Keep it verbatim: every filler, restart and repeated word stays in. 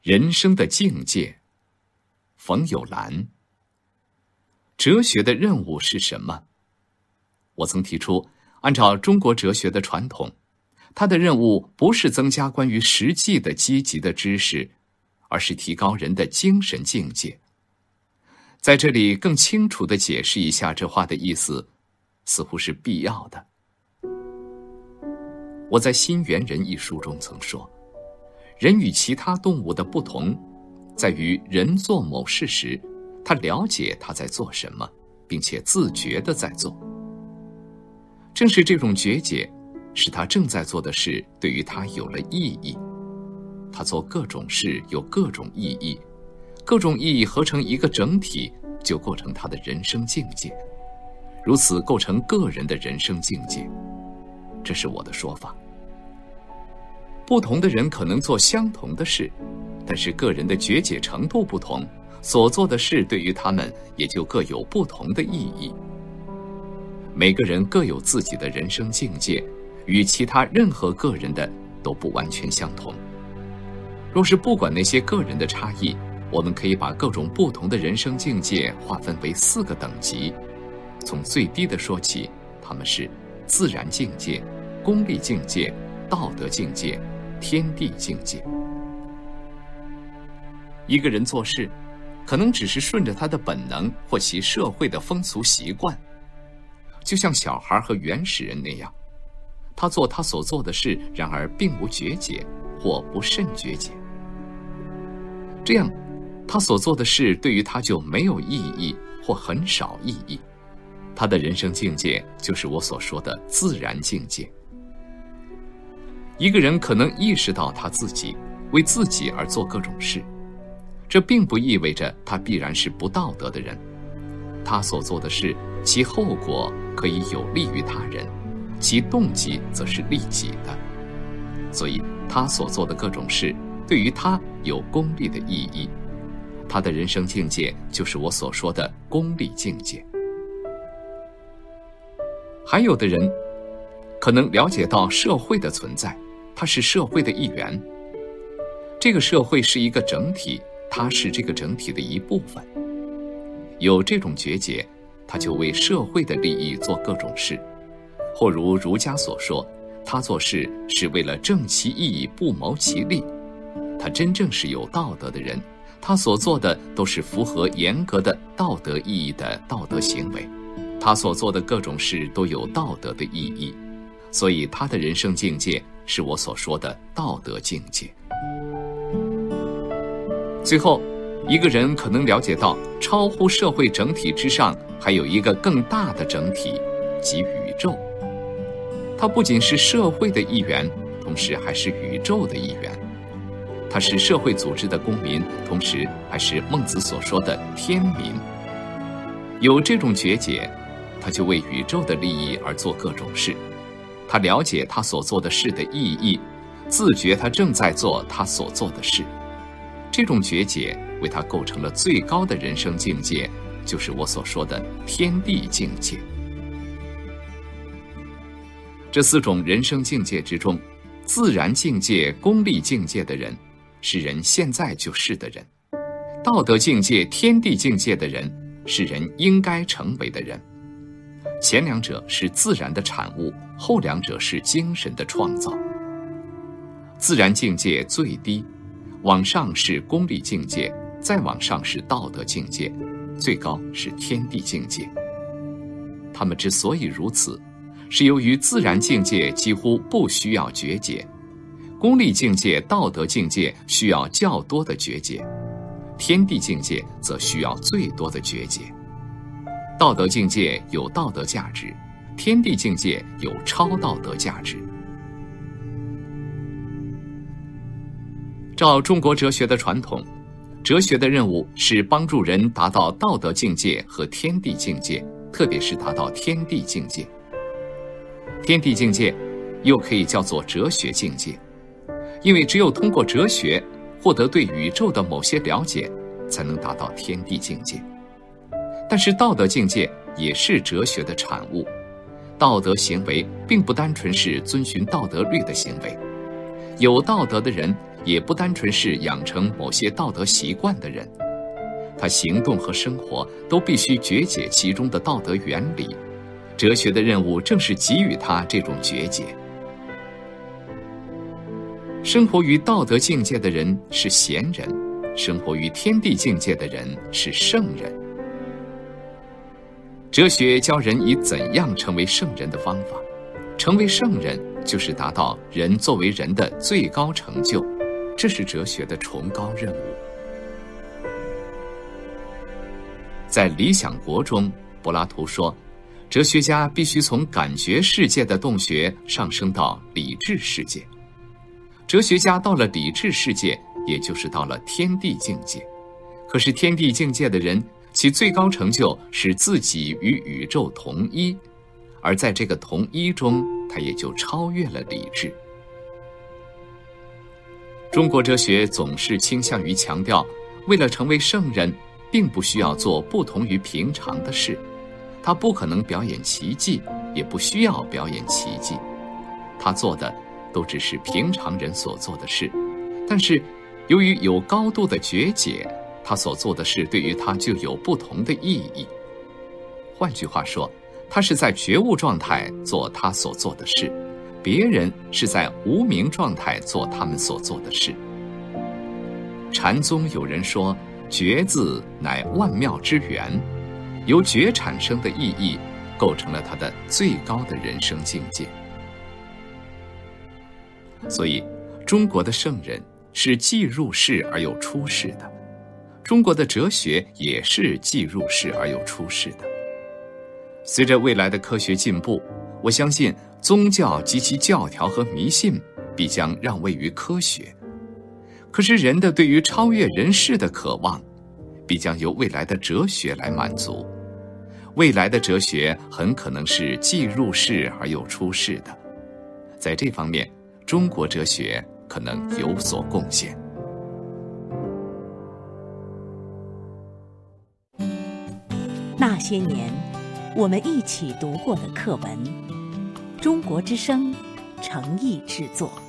人生的境界，冯友兰。哲学的任务是什么？我曾提出，按照中国哲学的传统，它的任务不是增加关于实际的积极的知识，而是提高人的精神境界。在这里更清楚地解释一下这话的意思，似乎是必要的。我在《新猿人》一书中曾说，人与其他动物的不同，在于人做某事时，他了解他在做什么，并且自觉地在做。正是这种觉解，使他正在做的事对于他有了意义。他做各种事有各种意义，各种意义合成一个整体，就构成他的人生境界。如此构成个人的人生境界，这是我的说法。不同的人可能做相同的事，但是个人的觉解程度不同，所做的事对于他们也就各有不同的意义。每个人各有自己的人生境界，与其他任何个人的都不完全相同。若是不管那些个人的差异，我们可以把各种不同的人生境界划分为四个等级。从最低的说起，他们是自然境界、功利境界、道德境界、天地境界。一个人做事，可能只是顺着他的本能或其社会的风俗习惯，就像小孩和原始人那样，他做他所做的事，然而并无觉解或不甚觉解。这样，他所做的事对于他就没有意义或很少意义。他的人生境界就是我所说的自然境界。一个人可能意识到他自己为自己而做各种事，这并不意味着他必然是不道德的人。他所做的事，其后果可以有利于他人，其动机则是利己的。所以他所做的各种事对于他有功利的意义。他的人生境界就是我所说的功利境界。还有的人可能了解到社会的存在，它是社会的一员。这个社会是一个整体，它是这个整体的一部分。有这种觉解，他就为社会的利益做各种事，或如儒家所说，他做事是为了正其义不谋其利。他真正是有道德的人，他所做的都是符合严格的道德意义的道德行为。他所做的各种事都有道德的意义，所以他的人生境界是我所说的道德境界。最后，一个人可能了解到，超乎社会整体之上，还有一个更大的整体，即宇宙。它不仅是社会的一员，同时还是宇宙的一员。它是社会组织的公民，同时还是孟子所说的天民。有这种觉解，他就为宇宙的利益而做各种事。他了解他所做的事的意义，自觉他正在做他所做的事。这种觉解为他构成了最高的人生境界，就是我所说的天地境界。这四种人生境界之中，自然境界、功利境界的人，是人现在就是的人；道德境界、天地境界的人，是人应该成为的人。前两者是自然的产物，后两者是精神的创造。自然境界最低，往上是功利境界，再往上是道德境界，最高是天地境界。他们之所以如此，是由于自然境界几乎不需要觉解，功利境界、道德境界需要较多的觉解，天地境界则需要最多的觉解。道德境界有道德价值，天地境界有超道德价值。照中国哲学的传统，哲学的任务是帮助人达到道德境界和天地境界，特别是达到天地境界。天地境界又可以叫做哲学境界，因为只有通过哲学获得对宇宙的某些了解，才能达到天地境界。但是道德境界也是哲学的产物，道德行为并不单纯是遵循道德律的行为，有道德的人也不单纯是养成某些道德习惯的人，他行动和生活都必须觉解其中的道德原理。哲学的任务正是给予他这种觉解。生活于道德境界的人是贤人，生活于天地境界的人是圣人。哲学教人以怎样成为圣人的方法，成为圣人就是达到人作为人的最高成就，这是哲学的崇高任务。在《理想国》中，柏拉图说，哲学家必须从感觉世界的洞穴上升到理智世界。哲学家到了理智世界，也就是到了天地境界。可是天地境界的人，其最高成就使自己与宇宙同一，而在这个同一中，他也就超越了理智。中国哲学总是倾向于强调，为了成为圣人，并不需要做不同于平常的事，他不可能表演奇迹，也不需要表演奇迹，他做的都只是平常人所做的事。但是由于有高度的觉解，他所做的事对于他就有不同的意义。换句话说，他是在觉悟状态做他所做的事，别人是在无明状态做他们所做的事。禅宗有人说，觉字乃万妙之源，由觉产生的意义构成了他的最高的人生境界。所以中国的圣人是既入世而又出世的，中国的哲学也是既入世而又出世的。随着未来的科学进步，我相信宗教及其教条和迷信必将让位于科学。可是人的对于超越人世的渴望，必将由未来的哲学来满足。未来的哲学很可能是既入世而又出世的。在这方面，中国哲学可能有所贡献。 那些年，我们一起读过的课文，中国之声诚意制作。